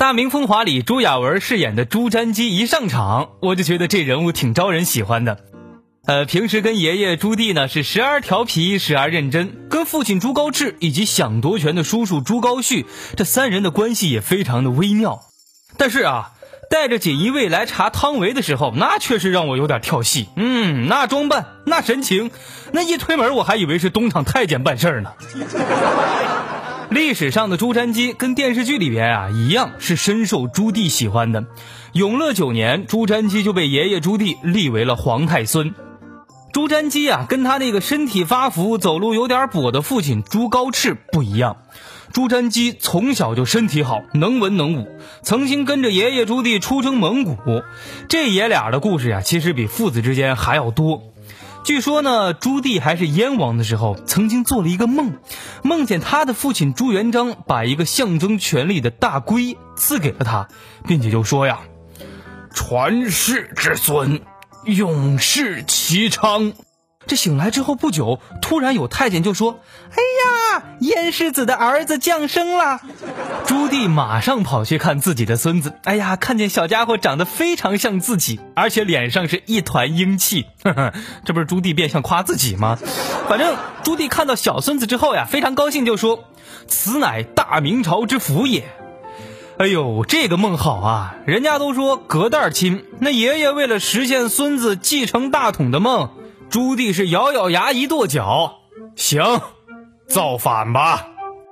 大明风华里朱亚文饰演的朱瞻基一上场，我就觉得这人物挺招人喜欢的。平时跟爷爷朱棣呢是时而调皮时而认真，跟父亲朱高炽以及想夺权的叔叔朱高煦，这三人的关系也非常的微妙。但是带着锦衣卫来查汤唯的时候，那确实让我有点跳戏。那装扮，那神情，那一推门我还以为是东厂太监办事呢。历史上的朱瞻基跟电视剧里边一样，是深受朱棣喜欢的。永乐9年，朱瞻基就被爷爷朱棣立为了皇太孙。朱瞻基跟他那个身体发福、走路有点跛的父亲朱高炽不一样。朱瞻基从小就身体好，能文能武，曾经跟着爷爷朱棣出征蒙古。这爷俩的故事其实比父子之间还要多。据说呢，朱棣还是燕王的时候，曾经做了一个梦，梦见他的父亲朱元璋把一个象征权力的大龟赐给了他，并且就说传世之孙，永世其昌。这醒来之后不久，突然有太监就说：哎呀，燕世子的儿子降生了。朱棣马上跑去看自己的孙子，看见小家伙长得非常像自己，而且脸上是一团英气。这不是朱棣变相夸自己吗？反正朱棣看到小孙子之后非常高兴，就说：此乃大明朝之福也。哎呦，这个梦好人家都说隔代亲，那爷爷为了实现孙子继承大统的梦，朱棣是咬咬牙一跺脚，行，造反吧。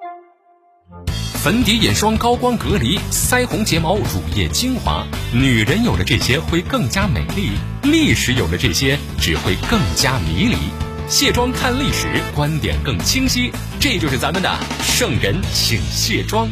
粉底眼霜高光隔离，腮红睫毛乳液精华，女人有了这些会更加美丽，历史有了这些只会更加迷离。卸妆看历史，观点更清晰，这就是咱们的圣人请卸妆。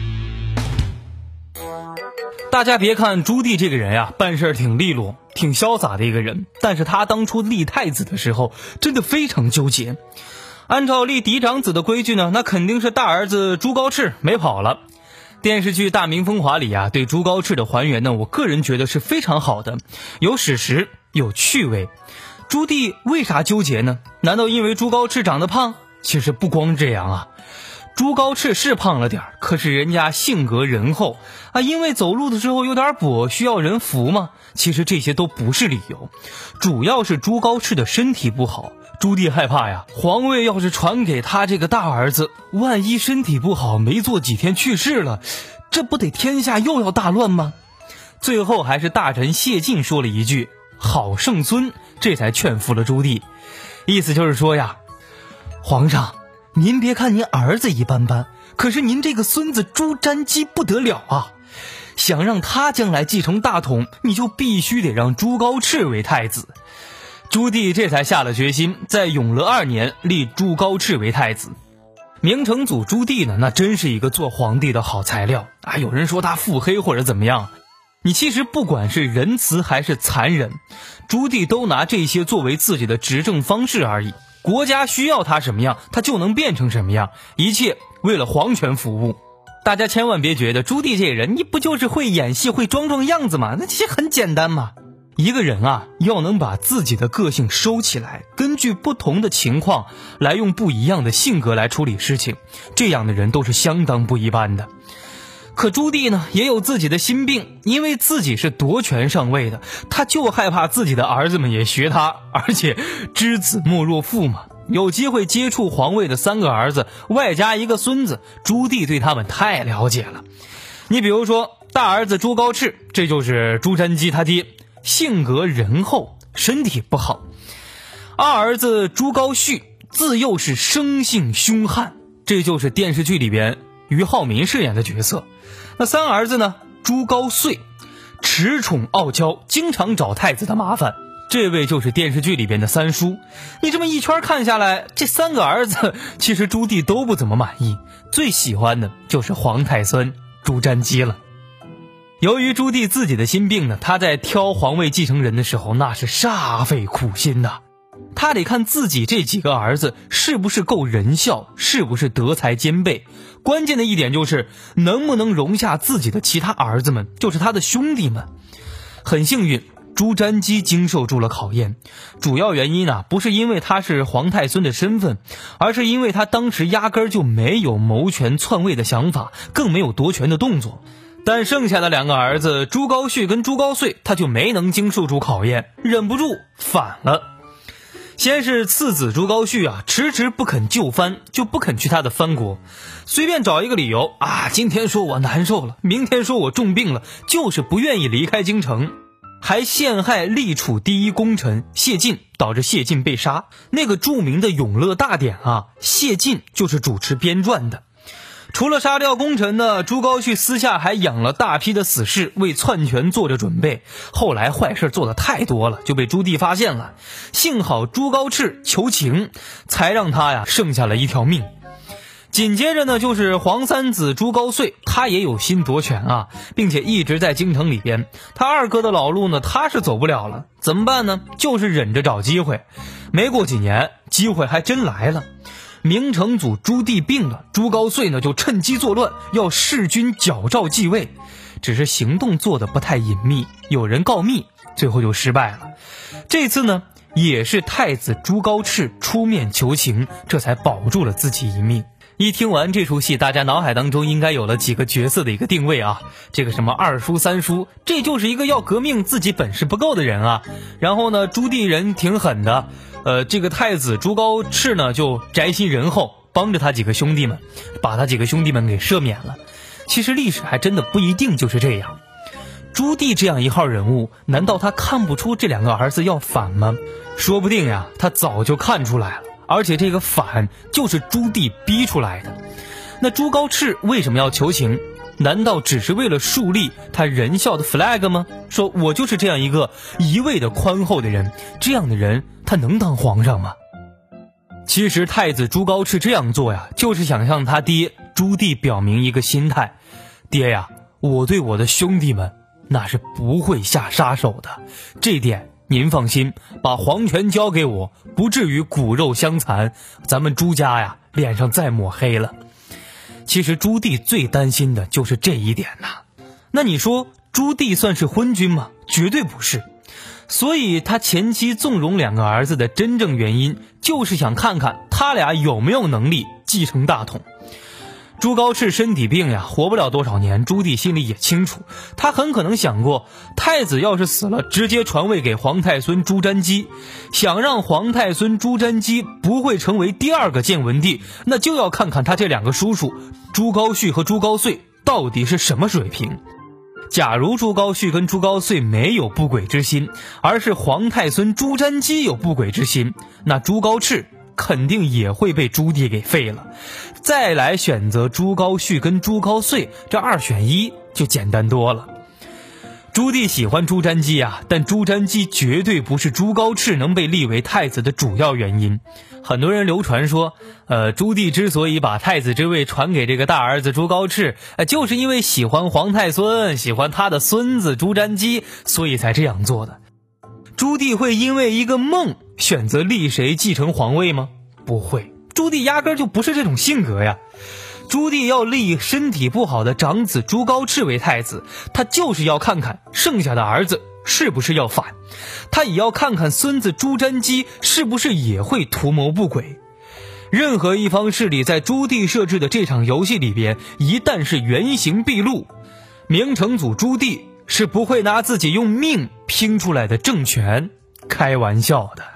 大家别看朱棣这个人办事挺利落挺潇洒的一个人，但是他当初立太子的时候真的非常纠结。按照立嫡长子的规矩呢，那肯定是大儿子朱高炽没跑了。电视剧《大明风华》里对朱高炽的还原呢，我个人觉得是非常好的，有史实有趣味。朱棣为啥纠结呢？难道因为朱高炽长得胖？其实不光这样朱高炽是胖了点，可是人家性格仁厚因为走路的时候有点跛，需要人扶嘛。其实这些都不是理由，主要是朱高炽的身体不好。朱棣害怕皇位要是传给他这个大儿子，万一身体不好没做几天去世了，这不得天下又要大乱吗？最后还是大臣谢晋说了一句好圣孙，这才劝服了朱棣。意思就是说皇上，您别看您儿子一般般，可是您这个孙子朱瞻基不得了想让他将来继承大统，你就必须得让朱高炽为太子。朱棣这才下了决心，在永乐2年立朱高炽为太子。明成祖朱棣呢，那真是一个做皇帝的好材料有人说他腹黑或者怎么样，你其实不管是仁慈还是残忍，朱棣都拿这些作为自己的执政方式而已。国家需要他什么样，他就能变成什么样，一切为了皇权服务。大家千万别觉得朱棣这人，你不就是会演戏会装样子吗？那其实很简单嘛。一个人要能把自己的个性收起来，根据不同的情况来用不一样的性格来处理事情，这样的人都是相当不一般的。可朱棣呢，也有自己的心病，因为自己是夺权上位的，他就害怕自己的儿子们也学他，而且知子莫若父嘛。有机会接触皇位的3个儿子，外加一个孙子，朱棣对他们太了解了。你比如说大儿子朱高炽，这就是朱瞻基他爹，性格仁厚，身体不好。二儿子朱高煦自幼是生性凶悍，这就是电视剧里边俞灏明饰演的角色。那3儿子呢，朱高燧恃宠傲娇，经常找太子的麻烦，这位就是电视剧里边的三叔。你这么一圈看下来，这3个儿子其实朱棣都不怎么满意，最喜欢的就是皇太孙朱瞻基了。由于朱棣自己的心病呢，他在挑皇位继承人的时候那是煞费苦心的。他得看自己这几个儿子是不是够仁孝，是不是德才兼备，关键的一点就是能不能容下自己的其他儿子们，就是他的兄弟们。很幸运，朱瞻基经受住了考验，主要原因呢，不是因为他是皇太孙的身份，而是因为他当时压根儿就没有谋权篡位的想法，更没有夺权的动作。 但剩下的2个儿子朱高煦跟朱高燧，他就没能经受住考验，忍不住反了。先是次子朱高煦啊，迟迟不肯就藩，就不肯去他的藩国，随便找一个理由啊，今天说我难受了，明天说我重病了，就是不愿意离开京城，还陷害立储第一功臣谢晋，导致谢晋被杀。那个著名的永乐大典啊，谢晋就是主持编撰的。除了杀掉功臣呢，朱高煦私下还养了大批的死士，为篡权做着准备。后来坏事做得太多了，就被朱棣发现了。幸好朱高炽求情，才让他呀剩下了一条命。紧接着呢，就是皇三子朱高燧，他也有心夺权啊，并且一直在京城里边。他二哥的老路呢，他是走不了了，怎么办呢？就是忍着找机会。没过几年，机会还真来了。明成祖朱棣病了，朱高燧呢就趁机作乱，要弑君矫诏继位，只是行动做得不太隐秘，有人告密，最后就失败了。这次呢，也是太子朱高炽出面求情，这才保住了自己一命。一听完这出戏，大家脑海当中应该有了几个角色的一个定位啊，这个什么二叔三叔，这就是一个要革命自己本事不够的人啊。然后呢，朱棣人挺狠的，这个太子朱高炽呢就宅心仁厚，帮着他几个兄弟们，把他几个兄弟们给赦免了。其实历史还真的不一定就是这样。朱棣这样一号人物，难道他看不出这2个儿子要反吗？说不定呀，他早就看出来了。而且这个反就是朱棣逼出来的。那朱高炽为什么要求情？难道只是为了树立他仁孝的 flag 吗？说我就是这样一个一味的宽厚的人，这样的人他能当皇上吗？其实太子朱高炽这样做呀，就是想向他爹朱棣表明一个心态：爹呀，我对我的兄弟们那是不会下杀手的，这点您放心，把皇权交给我，不至于骨肉相残，咱们朱家呀脸上再抹黑了。其实朱棣最担心的就是这一点呐。那你说朱棣算是昏君吗？绝对不是。所以他前期纵容2个儿子的真正原因，就是想看看他俩有没有能力继承大统。朱高炽身体病呀，活不了多少年，朱棣心里也清楚。他很可能想过，太子要是死了，直接传位给皇太孙朱瞻基，想让皇太孙朱瞻基不会成为第2个建文帝，那就要看看他这2个叔叔朱高煦和朱高燧到底是什么水平。假如朱高煦跟朱高燧没有不轨之心，而是皇太孙朱瞻基有不轨之心，那朱高炽肯定也会被朱棣给废了。再来选择朱高煦跟朱高燧，这2选1就简单多了。朱棣喜欢朱瞻基啊，但朱瞻基绝对不是朱高炽能被立为太子的主要原因。很多人流传说，朱棣之所以把太子之位传给这个大儿子朱高炽，就是因为喜欢皇太孙，喜欢他的孙子朱瞻基，所以才这样做的。朱棣会因为一个梦选择立谁继承皇位吗？不会，朱棣压根就不是这种性格呀。朱棣要立身体不好的长子朱高炽为太子，他就是要看看剩下的儿子是不是要反，他也要看看孙子朱瞻基是不是也会图谋不轨。任何一方势力在朱棣设置的这场游戏里边，一旦是原形毕露，明成祖朱棣是不会拿自己用命拼出来的政权开玩笑的。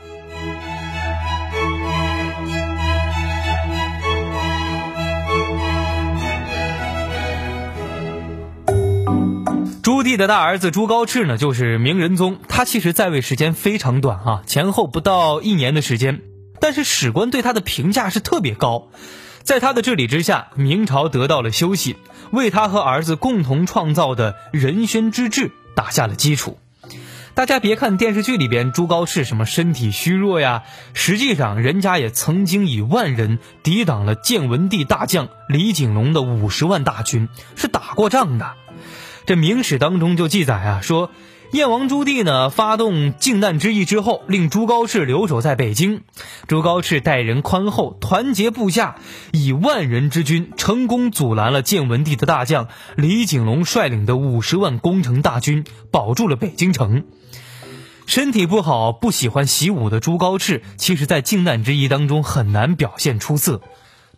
朱棣的大儿子朱高炽呢，就是明仁宗，他其实在位时间非常短啊，前后不到1年的时间，但是史官对他的评价是特别高。在他的治理之下，明朝得到了休息，为他和儿子共同创造的仁宣之治打下了基础。大家别看电视剧里边朱高炽什么身体虚弱呀，实际上人家也曾经以10000人抵挡了建文帝大将李景隆的50万大军，是打过仗的。这明史当中就记载啊，说燕王朱棣呢发动靖难之役之后，令朱高炽留守在北京。朱高炽待人宽厚，团结部下，以10000人之军成功阻拦了建文帝的大将李景隆率领的50万攻城大军，保住了北京城。身体不好不喜欢习武的朱高炽，其实在靖难之役当中很难表现出色。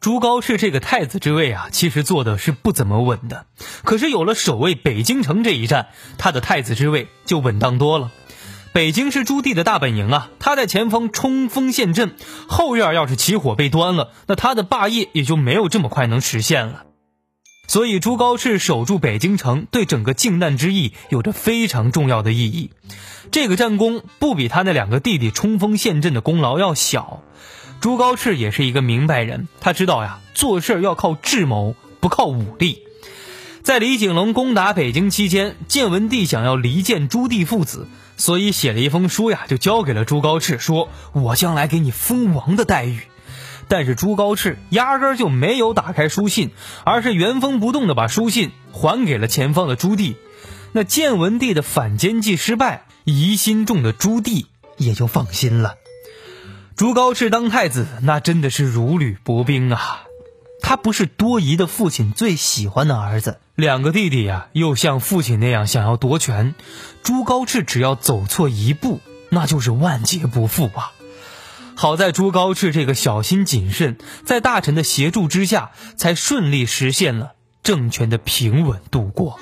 朱高炽这个太子之位啊，其实做的是不怎么稳的。可是有了守卫北京城这一战，他的太子之位就稳当多了。北京是朱棣的大本营啊，他在前方冲锋陷阵，后院要是起火被端了，那他的霸业也就没有这么快能实现了。所以朱高炽守住北京城，对整个靖难之役有着非常重要的意义。这个战功不比他那2个弟弟冲锋陷阵的功劳要小。朱高炽也是一个明白人，他知道呀，做事要靠智谋，不靠武力。在李景龙攻打北京期间，建文帝想要离间朱棣父子，所以写了一封书呀，就交给了朱高炽，说我将来给你封王的待遇。但是朱高炽压根就没有打开书信，而是原封不动地把书信还给了前方的朱棣。那建文帝的反间计失败，疑心重的朱棣也就放心了。朱高炽当太子，那真的是如履薄冰啊！他不是多疑的父亲最喜欢的儿子，2个弟弟呀，又像父亲那样想要夺权。朱高炽只要走错一步，那就是万劫不复啊！好在朱高炽这个小心谨慎，在大臣的协助之下，才顺利实现了政权的平稳度过。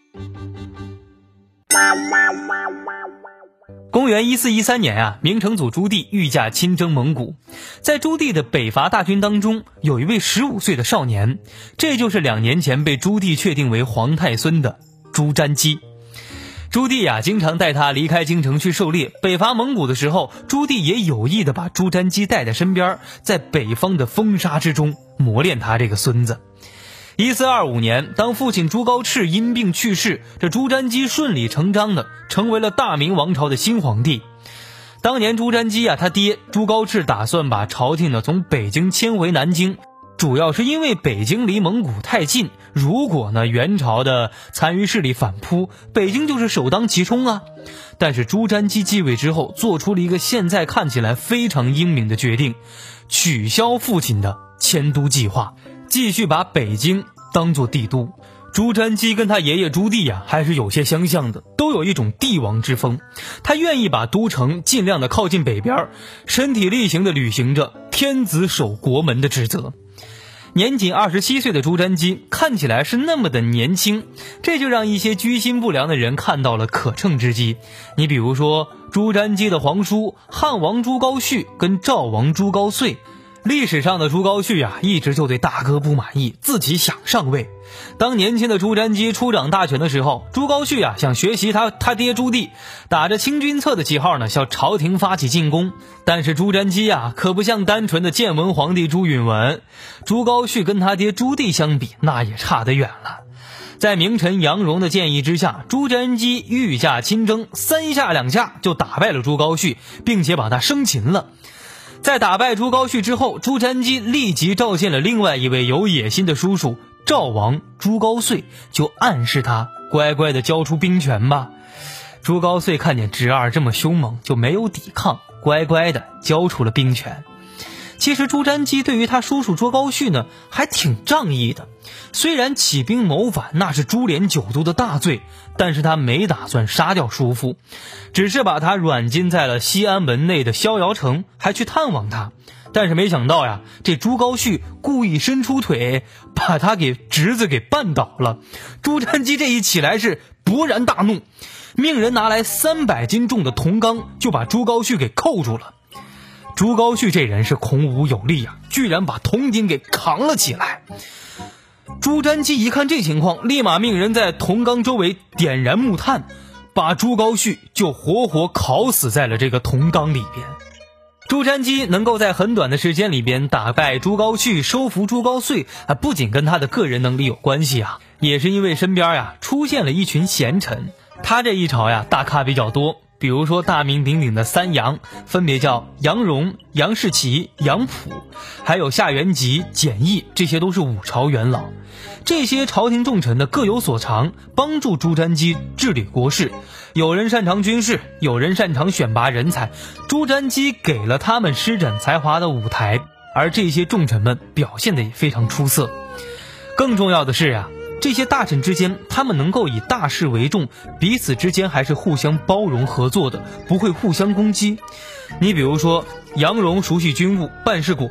公元1413年啊，明成祖朱棣御驾亲征蒙古。在朱棣的北伐大军当中，有一位15岁的少年，这就是2年前被朱棣确定为皇太孙的朱瞻基。朱棣啊，经常带他离开京城去狩猎。北伐蒙古的时候，朱棣也有意的把朱瞻基带在身边，在北方的风沙之中磨练他这个孙子。1425年，当父亲朱高炽因病去世，这朱瞻基顺理成章的成为了大明王朝的新皇帝。当年朱瞻基啊，他爹朱高炽打算把朝廷呢从北京迁回南京，主要是因为北京离蒙古太近，如果呢元朝的残余势力反扑，北京就是首当其冲啊。但是朱瞻基继位之后，做出了一个现在看起来非常英明的决定，取消父亲的迁都计划，继续把北京当作帝都。朱瞻基跟他爷爷朱棣啊还是有些相像的，都有一种帝王之风。他愿意把都城尽量的靠近北边，身体力行的履行着天子守国门的职责。年仅27岁的朱瞻基看起来是那么的年轻，这就让一些居心不良的人看到了可乘之机。你比如说朱瞻基的皇叔汉王朱高煦跟赵王朱高燧。历史上的朱高煦啊，一直就对大哥不满意，自己想上位。当年轻的朱瞻基出掌大权的时候，朱高煦啊想学习他爹朱棣，打着清君侧的旗号呢，向朝廷发起进攻。但是朱瞻基啊，可不像单纯的建文皇帝朱允文，朱高煦跟他爹朱棣相比，那也差得远了。在名臣杨荣的建议之下，朱瞻基御驾亲征，3下2下就打败了朱高煦，并且把他生擒了。在打败朱高煦之后，朱瞻基立即召见了另外一位有野心的叔叔赵王朱高燧，就暗示他乖乖的交出兵权吧。朱高燧看见侄儿这么凶猛，就没有抵抗，乖乖的交出了兵权。其实朱瞻基对于他叔叔朱高煦呢，还挺仗义的。虽然起兵谋反那是株连9都的大罪，但是他没打算杀掉叔父，只是把他软禁在了西安门内的逍遥城，还去探望他。但是没想到呀，这朱高煦故意伸出腿，把他侄子给绊倒了。朱瞻基这一起来是勃然大怒，命人拿来300斤重的铜缸，就把朱高煦给扣住了。朱高煦这人是孔武有力啊，居然把铜鼎给扛了起来。朱瞻基一看这情况，立马命人在铜缸周围点燃木炭，把朱高煦就活活烤死在了这个铜缸里边。朱瞻基能够在很短的时间里边打败朱高煦，收服朱高燧不仅跟他的个人能力有关系啊，也是因为身边出现了一群贤臣。他这一朝大咖比较多，比如说大名鼎鼎的3杨，分别叫杨荣、杨士奇、杨溥，还有夏元吉、简易，这些都是5朝元老。这些朝廷重臣各有所长，帮助朱瞻基治理国事。有人擅长军事，有人擅长选拔人才，朱瞻基给了他们施展才华的舞台，而这些重臣们表现得也非常出色。更重要的是这些大臣之间，他们能够以大事为重，彼此之间还是互相包容合作的，不会互相攻击。你比如说杨荣熟悉军务，办事果断，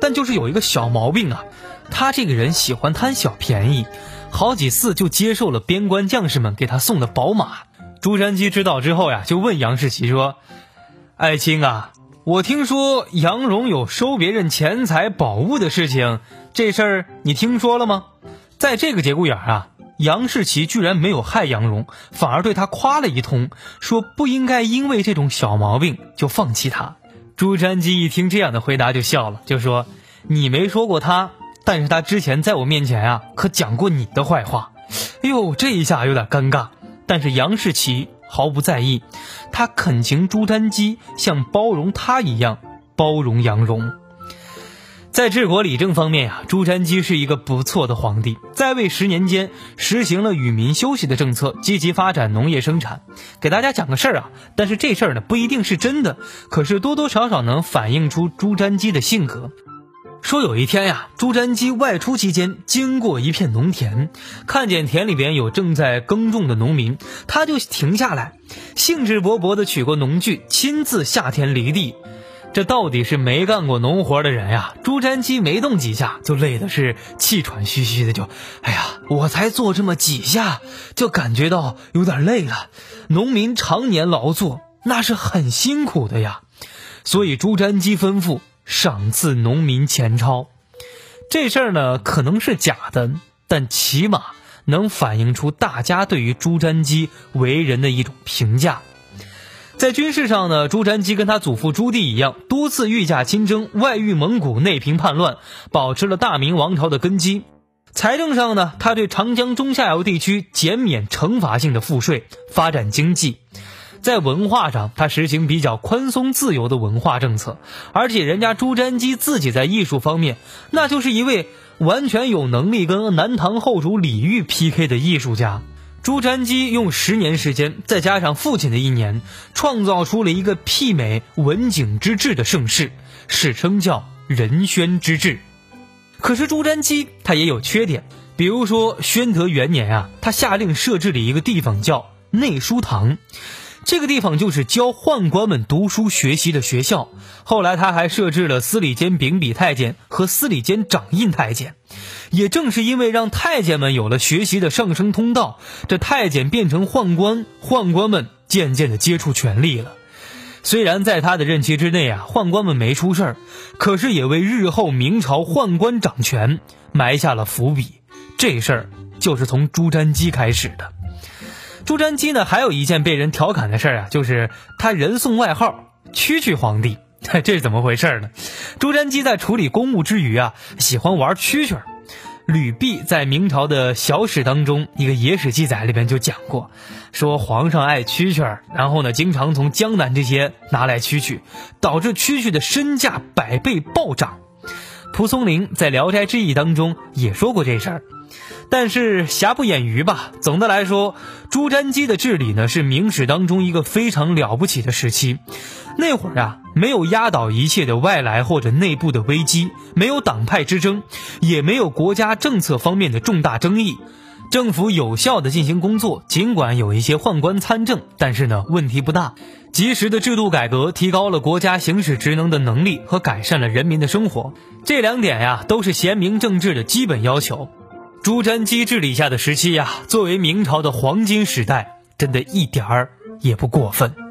但就是有一个小毛病啊，他这个人喜欢贪小便宜，好几次就接受了边关将士们给他送的宝马。朱瞻基知道之后呀，就问杨士奇说：爱卿啊，我听说杨荣有收别人钱财宝物的事情，这事儿你听说了吗？在这个节骨眼啊，杨士奇居然没有害杨荣，反而对他夸了一通，说不应该因为这种小毛病就放弃他。朱瞻基一听这样的回答就笑了，就说：你没说过他，但是他之前在我面前啊可讲过你的坏话。哎呦，这一下有点尴尬，但是杨士奇毫不在意，他恳请朱瞻基像包容他一样包容杨荣。在治国理政方面呀，朱瞻基是一个不错的皇帝。在位10年间，实行了与民休息的政策，积极发展农业生产。给大家讲个事儿啊，但是这事儿呢不一定是真的，可是多多少少能反映出朱瞻基的性格。说有一天呀，朱瞻基外出期间经过一片农田，看见田里边有正在耕种的农民，他就停下来，兴致勃勃地取过农具，亲自下田犁地。这到底是没干过农活的人呀，朱瞻基没动几下就累的是气喘吁吁的，就哎呀，我才做这么几下就感觉到有点累了。农民常年劳作那是很辛苦的呀，所以朱瞻基吩咐赏赐农民钱钞。这事儿呢可能是假的，但起码能反映出大家对于朱瞻基为人的一种评价。在军事上呢，朱瞻基跟他祖父朱棣一样，多次御驾亲征，外御蒙古，内平叛乱，保持了大明王朝的根基。财政上呢，他对长江中下游地区减免惩罚性的赋税，发展经济。在文化上，他实行比较宽松自由的文化政策，而且人家朱瞻基自己在艺术方面，那就是一位完全有能力跟南唐后主李煜 PK 的艺术家。朱瞻基用10年时间，再加上父亲的1年，创造出了一个媲美文景之治的盛世，史称叫仁宣之治。可是朱瞻基他也有缺点，比如说宣德元年啊，他下令设置了一个地方叫内书堂，这个地方就是教宦官们读书学习的学校。后来他还设置了司礼监秉笔太监和司礼监掌印太监。也正是因为让太监们有了学习的上升通道，这太监变成宦官，宦官们渐渐地接触权力了。虽然在他的任期之内啊，宦官们没出事儿，可是也为日后明朝宦官掌权埋下了伏笔。这事儿就是从朱瞻基开始的。朱瞻基呢，还有一件被人调侃的事儿啊，就是他人送外号蛐蛐皇帝。这是怎么回事呢？朱瞻基在处理公务之余啊，喜欢玩蛐蛐。吕弼在明朝的小史当中一个野史记载里边就讲过，说皇上爱蛐蛐，然后呢经常从江南这些拿来蛐蛐，导致蛐蛐的身价100倍暴涨。蒲松龄在《聊斋志异》当中也说过这事儿。但是瑕不掩瑜吧，总的来说，朱瞻基的治理呢是明史当中一个非常了不起的时期。那会儿啊，没有压倒一切的外来或者内部的危机，没有党派之争，也没有国家政策方面的重大争议，政府有效地进行工作，尽管有一些宦官参政，但是呢问题不大。及时的制度改革提高了国家行使职能的能力和改善了人民的生活，这2点呀都是贤明政治的基本要求。朱瞻基治理下的时期呀，作为明朝的黄金时代，真的一点儿也不过分。